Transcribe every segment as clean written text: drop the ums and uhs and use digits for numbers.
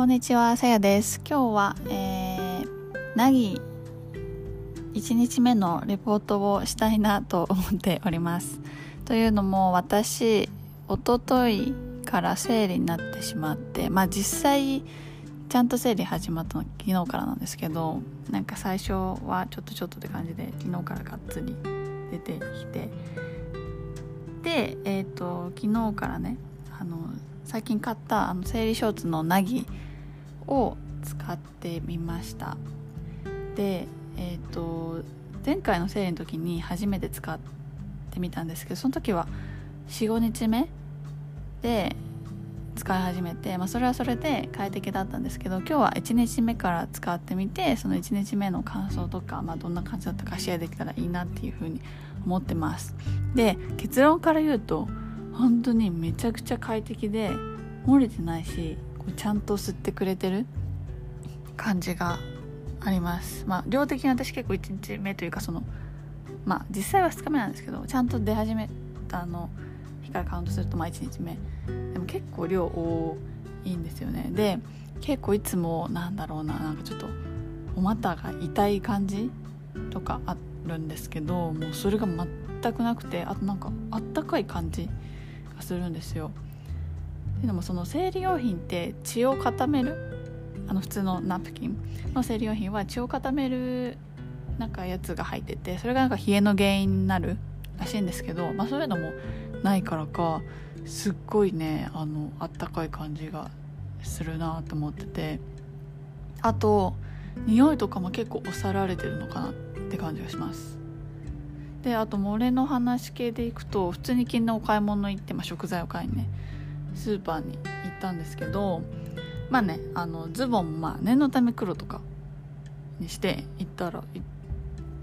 こんにちは、さやです。今日は、ナギ1日目のレポートをしたいなと思っております。というのも私、一昨日から生理になってしまって、実際ちゃんと生理始まったの昨日からなんですけど、なんか最初はちょっとって感じで昨日からがっつり出てきて、で、昨日からね、最近買った生理ショーツのナギを使ってみました。で、前回の生理の時に初めて使ってみたんですけど、その時は 4,5 日目で使い始めて、それはそれで快適だったんですけど、今日は1日目から使ってみて、その1日目の感想とか、どんな感じだったかシェアできたらいいなっていうふうに思ってます。で、結論から言うと本当にめちゃくちゃ快適で、漏れてないしちゃんと吸ってくれてる感じがあります。量的に私結構1日目というか、実際は2日目なんですけど、ちゃんと出始めた日からカウントすると1日目でも結構量多いんですよね。で、結構いつもなんかちょっとお股が痛い感じとかあるんですけど、もうそれが全くなくて、あとあったかい感じがするんですよ。でもその生理用品って血を固める、普通のナプキンの生理用品は血を固めるやつが入ってて、それが冷えの原因になるらしいんですけど、そういうのもないからかすっごいね、あったかい感じがするなと思ってて、あと匂いとかも結構抑えられてるのかなって感じがします。で、あと漏れの話系でいくと、普通に昨日お買い物行って、食材を買いにねスーパーに行ったんですけど、ズボンも念のため黒とかにして行って、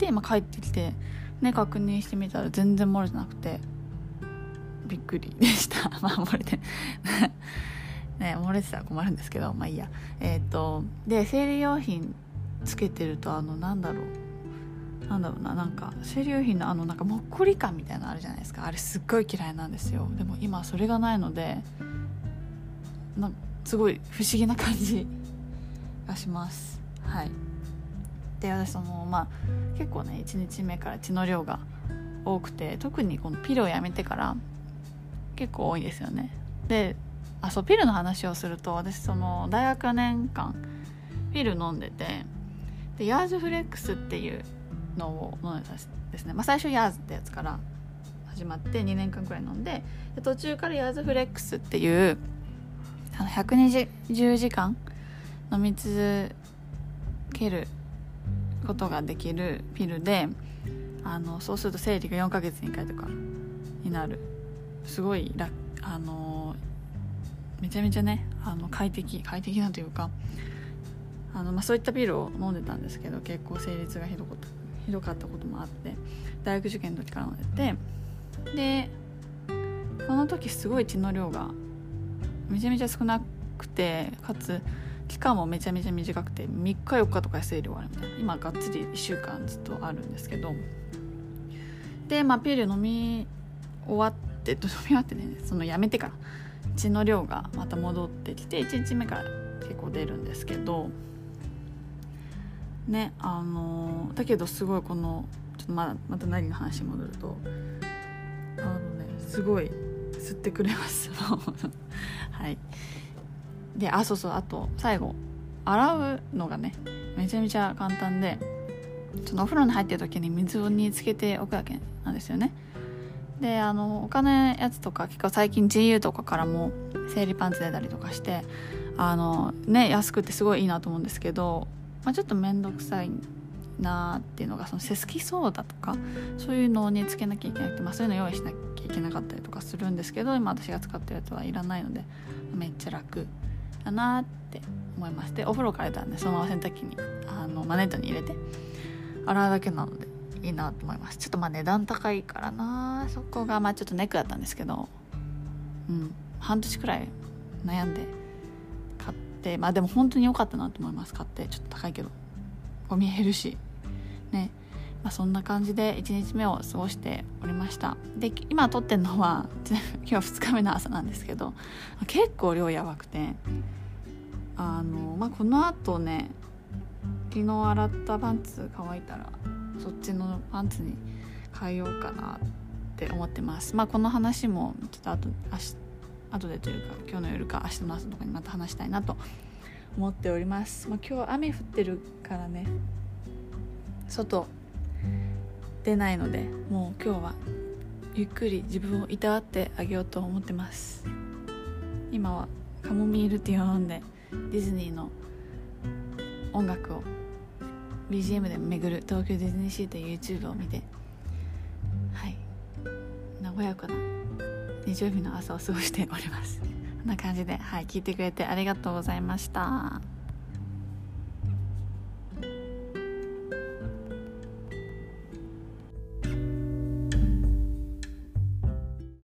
帰ってきて確認してみたら全然漏れてなくてびっくりでした。漏れてね、漏れてたら困るんですけど、いいや。で、生理用品つけてると生理用品のもっこり感みたいなのあるじゃないですか。あれすっごい嫌いなんですよ。でも今それがないので、すごい不思議な感じがします。はい。で、私結構ね、1日目から血の量が多くて、特にこのピルをやめてから結構多いんですよね。で、ピルの話をすると、私大学4年間ピル飲んでて、でヤーズフレックスっていうのを飲んでたんですね。最初ヤーズってやつから始まって2年間くらい飲んで、途中からヤーズフレックスっていう120時間飲み続けることができるピルで、そうすると生理が4ヶ月に1回とかになる、すごいめちゃめちゃね快適なというか、そういったピルを飲んでたんですけど、結構生理痛がひどかったこともあって、大学受験の時から飲んでて、でその時すごい血の量がめちゃめちゃ少なくて、かつ期間もめちゃめちゃ短くて、3日4日とかで生理終わるみたいな。今がっつり1週間ずっとあるんですけど、でピル飲み終わってね、そのやめてから血の量がまた戻ってきて、1日目から結構出るんですけどね、だけどすごいちょっとまた何の話に戻ると、すごい吸ってくれますはい。で、あと最後洗うのがねめちゃめちゃ簡単で、そのお風呂に入ってる時に水につけておくだけなんですよね。で、他のやつとか結構最近 GU とかからも生理パンツ出たりとかして、安くてすごいいいなと思うんですけど、ちょっとめんどくさいなっていうのが、そのセスキソーダとかそういうのにつけなきゃいけなくて、そういうの用意しなきゃいけなかったりとかするんですけど、今私が使ってるやつはいらないのでめっちゃ楽だなって思います。で、お風呂から出たんでそのまま洗濯機にネットに入れて洗うだけなのでいいなと思います。ちょっと値段高いからな、そこがちょっとネックだったんですけど、半年くらい悩んで買って、でも本当に良かったなと思います。買って、ちょっと高いけどゴミ減るしね。そんな感じで1日目を過ごしておりました。で、今撮ってるのは今日2日目の朝なんですけど、結構量やばくて、 この後ね、昨日洗ったパンツ乾いたらそっちのパンツに変えようかなって思ってます。この話もちょっと後でというか今日の夜か明日の朝とかにまた話したいなと思っております。今日雨降ってるからね、外出ないので、もう今日はゆっくり自分をいたわってあげようと思ってます。今はカモミールティーを飲んでディズニーの音楽を BGM で巡る東京ディズニーシーという YouTube を見て、和やかな日曜日の朝を過ごしております。こんな感じで、聞いてくれてありがとうございました。